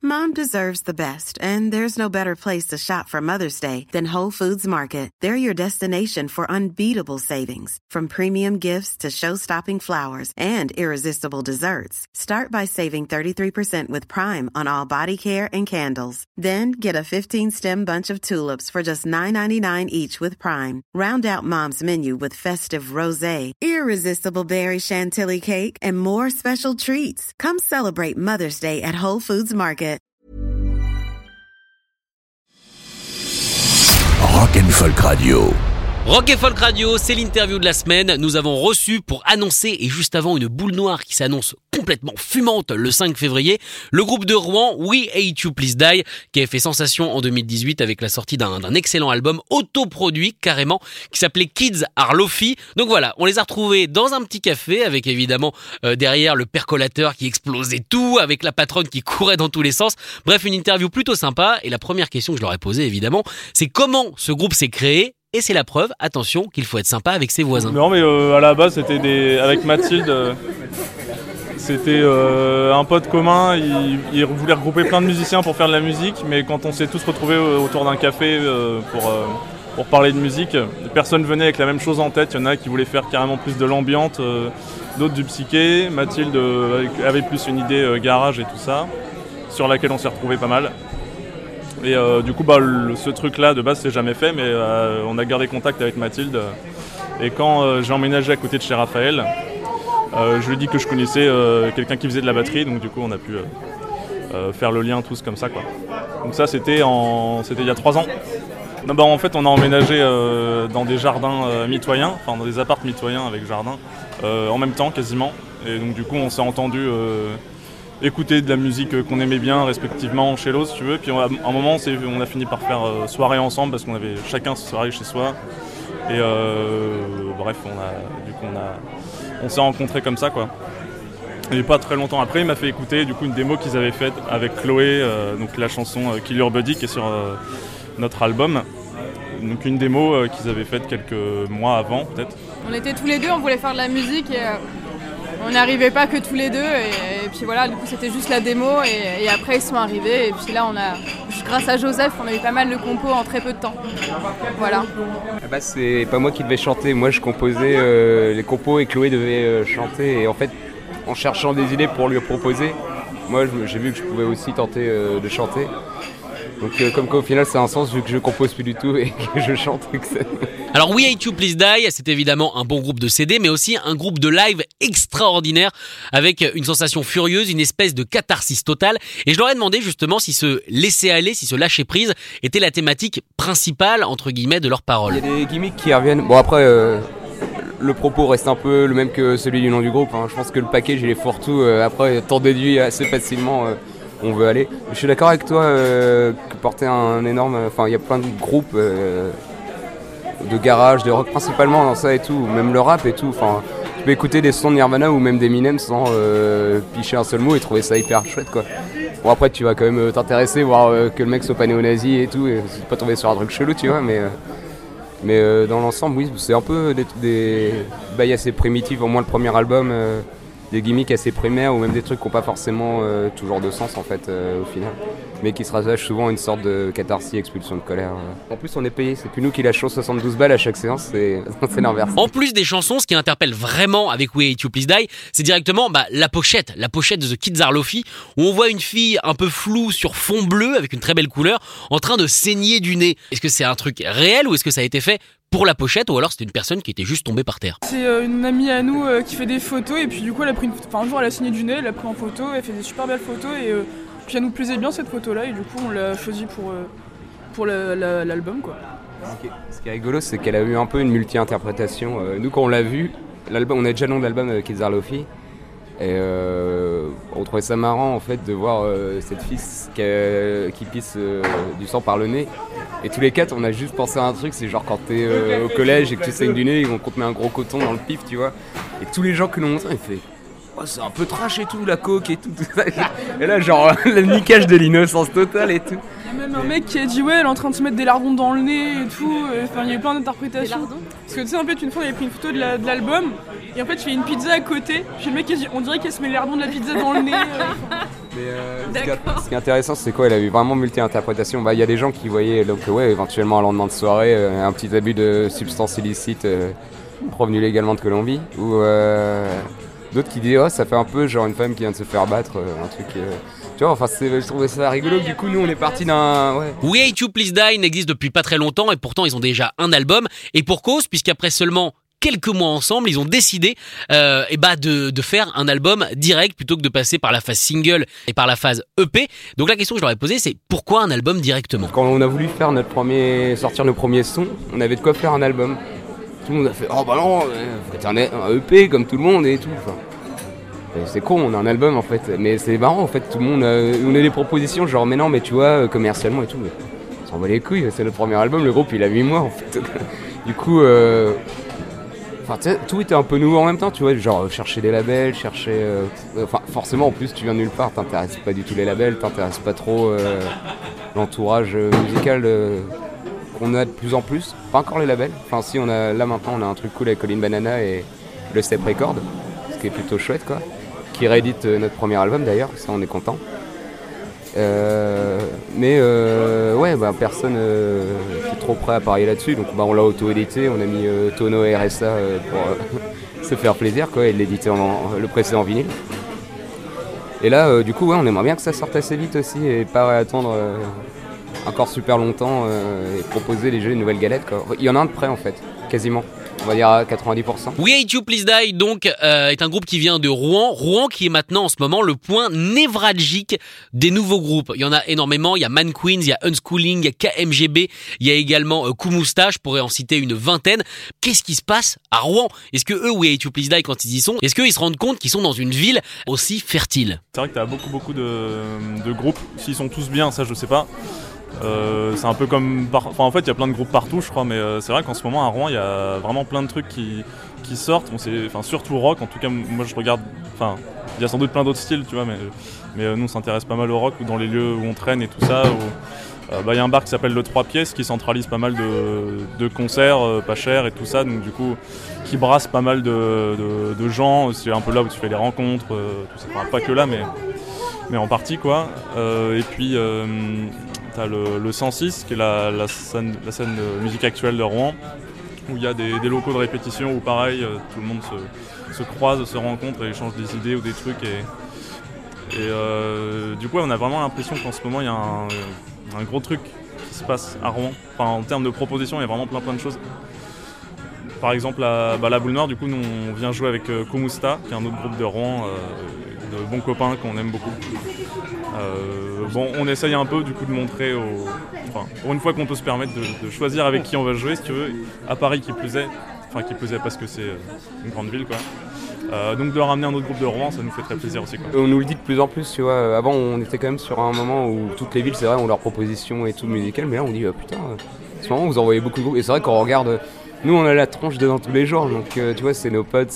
Mom deserves the best, and there's no better place to shop for Mother's Day than Whole Foods Market. They're your destination for unbeatable savings, from premium gifts to show-stopping flowers and irresistible desserts. Start by saving 33% with Prime on all body care and candles. Then get a 15-stem bunch of tulips for just $9.99 each with Prime. Round out Mom's menu with festive rosé, irresistible berry chantilly cake, and more special treats. Come celebrate Mother's Day at Whole Foods Market. Rock & Folk Radio. Rock & Folk Radio, c'est l'interview de la semaine. Nous avons reçu pour annoncer, et juste avant une boule noire qui s'annonce complètement fumante le 5 février, le groupe de Rouen We Hate You Please Die, qui avait fait sensation en 2018 avec la sortie d'un excellent album autoproduit carrément, qui s'appelait Kids Are Lofi. Donc voilà, on les a retrouvés dans un petit café avec évidemment derrière le percolateur qui explosait tout, avec la patronne qui courait dans tous les sens. Bref, une interview plutôt sympa. Et la première question que je leur ai posée évidemment, c'est comment ce groupe s'est créé. Et c'est la preuve, attention, qu'il faut être sympa avec ses voisins. Non mais à la base c'était avec Mathilde, c'était un pote commun, il voulait regrouper plein de musiciens pour faire de la musique, mais quand on s'est tous retrouvés autour d'un café pour parler de musique, personne venait avec la même chose en tête. Il y en a qui voulaient faire carrément plus de l'ambiante, d'autres du psyché. Mathilde avait plus une idée garage et tout ça, sur laquelle on s'est retrouvés pas mal. Et du coup, ce truc-là, de base, c'est jamais fait, mais on a gardé contact avec Mathilde. Et quand j'ai emménagé à côté de chez Raphaël, je lui ai dit que je connaissais quelqu'un qui faisait de la batterie, donc du coup, on a pu faire le lien tous comme ça, quoi. Donc ça, c'était il y a 3 ans. Non, en fait, on a emménagé dans des jardins mitoyens, enfin dans des apparts mitoyens avec jardin, en même temps, quasiment. Et donc du coup, on s'est entendu écouter de la musique qu'on aimait bien respectivement chez l'autre, si tu veux. Puis à un moment on a fini par faire soirée ensemble parce qu'on avait chacun sa soirée chez soi. Et bref, on s'est rencontrés comme ça, quoi. Et pas très longtemps après, il m'a fait écouter du coup une démo qu'ils avaient faite avec Chloé, donc la chanson Kill Your Buddy qui est sur notre album. Donc une démo qu'ils avaient faite quelques mois avant peut-être. On était tous les deux, on voulait faire de la musique et on n'arrivait pas que tous les deux et puis voilà, du coup c'était juste la démo et après ils sont arrivés et puis là grâce à Joseph, on a eu pas mal de compos en très peu de temps. Voilà. C'est pas moi qui devais chanter, moi je composais les compos et Chloé devait chanter et en fait en cherchant des idées pour lui proposer, moi j'ai vu que je pouvais aussi tenter de chanter. Donc comme qu'au final ça a un sens vu que je compose plus du tout et que je chante. Alors We Hate You Please Die, c'est évidemment un bon groupe de CD, mais aussi un groupe de live extraordinaire avec une sensation furieuse, une espèce de catharsis totale. Et je leur ai demandé justement si ce laisser aller, si ce lâcher prise était la thématique principale entre guillemets de leurs paroles. Il y a des gimmicks qui reviennent. Bon après le propos reste un peu le même que celui du nom du groupe. Je pense que le package il est fourre-tout. Après t'en déduis assez facilement. On veut aller. Je suis d'accord avec toi que porter un énorme... Enfin, il y a plein de groupes de garage, de rock principalement dans ça et tout, même le rap et tout. Enfin, tu peux écouter des sons de Nirvana ou même d'Eminem sans picher un seul mot et trouver ça hyper chouette, quoi. Bon, après, tu vas quand même t'intéresser, voir que le mec soit pas néo-nazi et tout, et pas tomber sur un truc chelou, tu vois, mais dans l'ensemble, oui, c'est un peu des bails assez primitifs, au moins le premier album... des gimmicks assez primaires ou même des trucs qui n'ont pas forcément toujours de sens en fait au final, mais qui se rattachent souvent à une sorte de catharsis, expulsion de colère. En plus on est payé, c'est plus nous qui lâchons 72 balles à chaque séance, c'est l'inverse. En plus des chansons, ce qui interpelle vraiment avec We Hate You Please Die, c'est directement la pochette de The Kids Are Lofi, où on voit une fille un peu floue sur fond bleu avec une très belle couleur en train de saigner du nez. Est-ce que c'est un truc réel ou est-ce que ça a été fait pour la pochette ou alors c'était une personne qui était juste tombée par terre? C'est une amie à nous qui fait des photos et puis du coup elle a pris un jour elle a saigné du nez, elle a pris en photo, elle fait des super belles photos et puis elle nous plaisait bien cette photo là et du coup on l'a choisie pour l'album, quoi. Ce qui est rigolo c'est qu'elle a eu un peu une multi-interprétation. Nous quand on l'a vu, l'album, on a déjà le nom de l'album Kids Are Lofi. Et on trouvait ça marrant en fait de voir cette fille qui pisse du sang par le nez. Et tous les quatre on a juste pensé à un truc, c'est genre quand t'es au collège et que tu saignes du nez, on te met un gros coton dans le pif, tu vois. Et tous les gens qui nous montrent, ils fait oh, c'est un peu trash et tout, la coke et tout ça. Et là genre le niquage de l'innocence totale et tout. Il y a même un mec qui a dit ouais elle est en train de se mettre des lardons dans le nez et tout. Enfin il y a eu plein d'interprétations. Parce que tu sais en fait une fois on avait pris une photo de l'album. Et en fait, je fais une pizza à côté. Puis le mec, on dirait qu'il se met l'ardon de la pizza dans le nez. Ce qui est intéressant, c'est quoi? Il a eu vraiment multi-interprétation. Il y a des gens qui voyaient donc, éventuellement un lendemain de soirée, un petit abus de substances illicites provenues légalement de Colombie. Ou d'autres qui disaient ça fait un peu genre une femme qui vient de se faire battre, un truc. Tu vois, enfin, je trouvais ça rigolo. Du coup, nous, on est parti d'un. Ouais. We Hate You Please Die n'existe depuis pas très longtemps et pourtant ils ont déjà un album. Et pour cause, puisqu'après seulement quelques mois ensemble, ils ont décidé de faire un album direct plutôt que de passer par la phase single et par la phase EP. Donc la question que je leur ai posée, c'est pourquoi un album directement? Quand on a voulu faire sortir nos premiers sons, on avait de quoi faire un album. Tout le monde a fait oh bah non, faut être un EP comme tout le monde et tout. Enfin, c'est con, on a un album en fait, mais c'est marrant en fait. Tout le monde, on a des propositions genre mais non, mais tu vois commercialement et tout. Mais on s'en bat les couilles, c'est notre premier album. Le groupe il a 8 mois en fait. Du coup. Tout était un peu nouveau en même temps, tu vois, genre chercher des labels, forcément en plus tu viens de nulle part, t'intéresses pas du tout les labels, t'intéresses pas trop l'entourage musical qu'on a de plus en plus, pas encore les labels, maintenant on a un truc cool avec Colin Banana et le Step Record, ce qui est plutôt chouette quoi, qui réédite notre premier album d'ailleurs, ça on est content. Personne n'était trop prêt à parier là-dessus, donc on l'a auto-édité, on a mis Tono et RSA pour se faire plaisir quoi, et l'éditer le presser en vinyle. Et là du coup on aimerait bien que ça sorte assez vite aussi et pas attendre encore super longtemps et proposer les jeux une nouvelle galette quoi. Il y en a un de près en fait, quasiment. On va dire à 90%. We Hate You Please Die donc est un groupe qui vient de Rouen. Rouen qui est maintenant en ce moment le point névralgique des nouveaux groupes. Il y en a énormément. Il y a Man Queens, il y a Unschooling, il y a KMGB, il y a également Koumousta. Je pourrais en citer une vingtaine. Qu'est-ce qui se passe à Rouen? Est-ce que eux, We Hate You Please Die, quand ils y sont, est-ce qu'ils se rendent compte qu'ils sont dans une ville aussi fertile? C'est vrai que t'as beaucoup de groupes. S'ils sont tous bien, ça je sais pas. C'est un peu comme en fait il y a plein de groupes partout je crois, mais c'est vrai qu'en ce moment à Rouen il y a vraiment plein de trucs qui sortent, surtout rock, en tout cas moi je regarde, il y a sans doute plein d'autres styles tu vois, mais nous on s'intéresse pas mal au rock ou dans les lieux où on traîne et tout ça. Il y a un bar qui s'appelle le 3 pièces qui centralise pas mal de concerts pas chers et tout ça, donc du coup qui brasse pas mal de gens, c'est un peu là où tu fais les rencontres, tout ça. Pas que là mais en partie quoi, et puis t'as le 106 qui est la scène de musique actuelle de Rouen, où il y a des locaux de répétition où pareil tout le monde se croise, se rencontre et échange des idées ou des trucs et du coup on a vraiment l'impression qu'en ce moment il y a un gros truc qui se passe à Rouen. En termes de propositions il y a vraiment plein de choses. Par exemple la Boule Noire, du coup nous on vient jouer avec Koumousta qui est un autre groupe de Rouen, de bons copains qu'on aime beaucoup. On essaye un peu du coup de montrer pour une fois qu'on peut se permettre de choisir avec qui on va jouer si tu veux, à Paris qui plus est parce que c'est une grande ville quoi. Donc de ramener un autre groupe de Rouen, ça nous fait très plaisir aussi quoi. On nous le dit de plus en plus tu vois, avant on était quand même sur un moment où toutes les villes c'est vrai ont leurs propositions et tout musicales, mais là on dit putain, en ce moment vous envoyez beaucoup de groupes, et c'est vrai qu'on regarde, nous on a la tronche dedans tous les jours, donc tu vois c'est nos potes,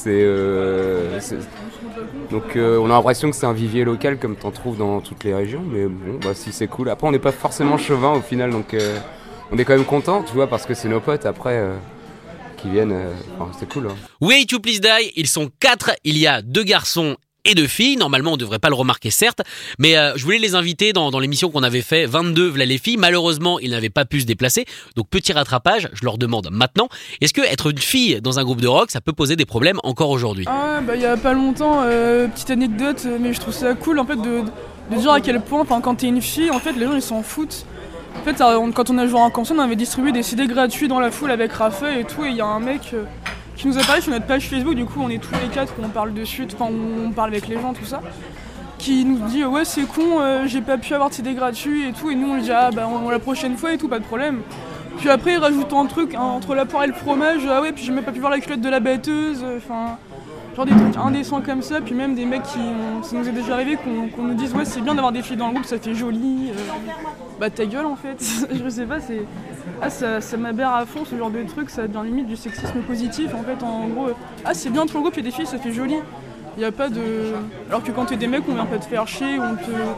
donc on a l'impression que c'est un vivier local comme t'en trouves dans toutes les régions, mais bon si c'est cool. Après on n'est pas forcément chauvin au final, donc on est quand même content tu vois, parce que c'est nos potes après qui viennent, c'est cool hein. We Hate You Please Die, ils sont 4, il y a 2 garçons et 2 filles, normalement on devrait pas le remarquer certes, mais je voulais les inviter dans l'émission qu'on avait fait, 22 v'là les filles, malheureusement ils n'avaient pas pu se déplacer, donc petit rattrapage, je leur demande maintenant, est-ce que être une fille dans un groupe de rock ça peut poser des problèmes encore aujourd'hui? Il y a pas longtemps, petite anecdote, mais je trouve ça cool en fait de dire à quel point quand t'es une fille en fait les gens ils s'en foutent. En fait quand on a joué en concert on avait distribué des CD gratuits dans la foule avec Raphaël et tout, et il y a un mec qui nous a parlé sur notre page Facebook, du coup on est tous les 4, on parle dessus, on parle avec les gens, tout ça, qui nous dit ouais c'est con, j'ai pas pu avoir de CD gratuits et tout, et nous on dit la prochaine fois et tout, pas de problème. Puis après il rajoute un truc entre la poire et le fromage, puis j'ai même pas pu voir la culotte de la batteuse, genre des trucs indécents comme ça, puis même des mecs ça nous est déjà arrivé qu'on nous dise ouais c'est bien d'avoir des filles dans le groupe, ça fait joli, ta gueule en fait, je sais pas, ça m'aberre à fond ce genre de truc, ça devient limite du sexisme positif en fait, en gros, c'est bien pour le groupe, il y a des filles, ça fait joli, il y a pas de... Alors que quand t'es des mecs on vient pas te faire chier,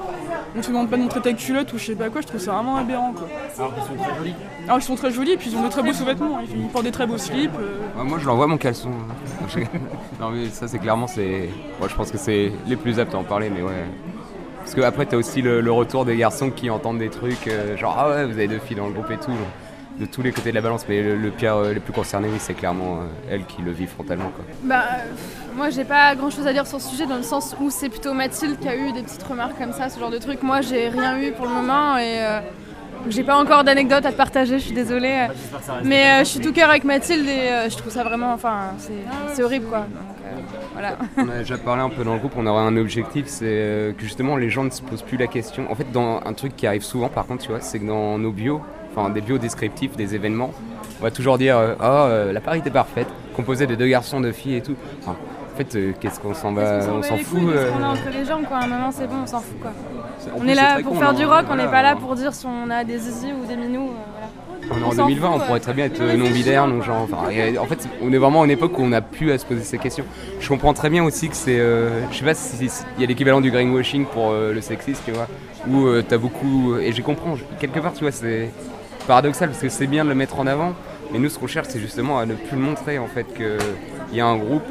on te demande pas de montrer ta culotte ou je sais pas quoi, je trouve ça vraiment aberrant quoi. Alors qu'ils sont très jolis. Alors ils sont très jolis et puis ils ont de très beaux sous-vêtements, ils portent des très beaux slips. Moi je l'envoie mon caleçon. Non mais ça c'est clairement moi je pense que c'est les plus aptes à en parler mais ouais. Parce que après t'as aussi le retour des garçons qui entendent des trucs genre ah ouais vous avez 2 filles dans le groupe et tout. De tous les côtés de la balance, mais le pire, les plus concernés, oui, c'est clairement elles qui le vivent frontalement, quoi. Moi, j'ai pas grand-chose à dire sur ce sujet, dans le sens où c'est plutôt Mathilde qui a eu des petites remarques comme ça, ce genre de truc. Moi, j'ai rien eu pour le moment et j'ai pas encore d'anecdotes à te partager, je suis désolée. Mais je suis tout cœur avec Mathilde et je trouve ça vraiment, c'est horrible, quoi. Donc, voilà. On a déjà parlé un peu dans le groupe, on aurait un objectif, c'est que justement les gens ne se posent plus la question. En fait, dans un truc qui arrive souvent, par contre, tu vois, c'est que dans nos bios, des bios descriptifs des événements, on va toujours dire la parité parfaite, composée de 2 garçons, 2 filles et tout. Enfin, en fait, qu'est-ce qu'on s'en va, on s'en fout. On est entre les jambes, quoi. À un moment, c'est bon, on s'en fout, quoi. On est là pour faire du rock, on n'est pas là pour dire si on a des zizi ou des minous. Voilà. On est en 2020, on pourrait très bien être non-binaire, non-genre. En fait, on est vraiment à une époque où on n'a plus à se poser ces questions. Je comprends très bien aussi que c'est. Je sais pas s'il y a l'équivalent du greenwashing pour le sexisme, tu vois. Où t'as beaucoup. Et je comprends, quelque part, tu vois, c'est paradoxal parce que c'est bien de le mettre en avant. Mais nous, ce qu'on cherche, c'est justement à ne plus le montrer, en fait, qu'il y a un groupe,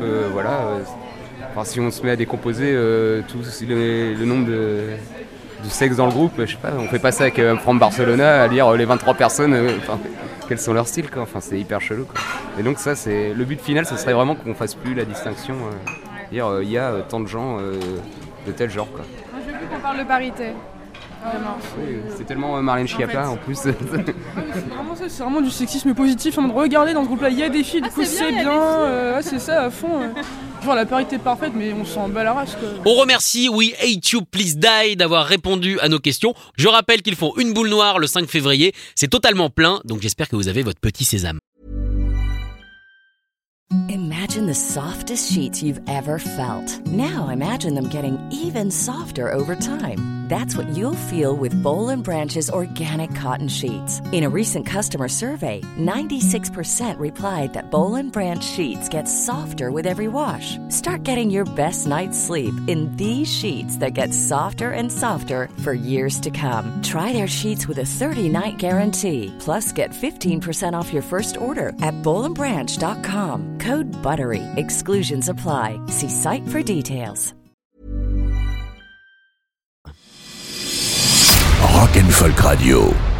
si on se met à décomposer tout le nombre de sexe dans le groupe, je sais pas, on fait pas ça avec From Barcelona à lire les 23 personnes, quels sont leurs styles, quoi. Enfin, c'est hyper chelou, quoi. Et donc ça, c'est le but final, ce serait vraiment qu'on fasse plus la distinction, dire il y a tant de gens de tel genre, quoi. Moi, je veux plus qu'on parle de parité. Vraiment. Oui, c'est tellement Marlène Schiappa en plus. C'est vraiment du sexisme positif. Regardez dans ce groupe-là, il y a des filles, du coup c'est bien. C'est ça à fond. Genre la parité parfaite, mais on s'en bat la race, quoi. On remercie We Hate You Please Die d'avoir répondu à nos questions. Je rappelle qu'ils font une boule noire le 5 février. C'est totalement plein, donc j'espère que vous avez votre petit sésame. Imagine the softest sheets you've ever felt. Now imagine them getting even softer over time. That's what you'll feel with Boll & Branch's organic cotton sheets. In a recent customer survey, 96% replied that Boll & Branch sheets get softer with every wash. Start getting your best night's sleep in these sheets that get softer and softer for years to come. Try their sheets with a 30-night guarantee. Plus, get 15% off your first order at bollandbranch.com. Code BUTTERY. Exclusions apply. See site for details. Rock & Folk Radio.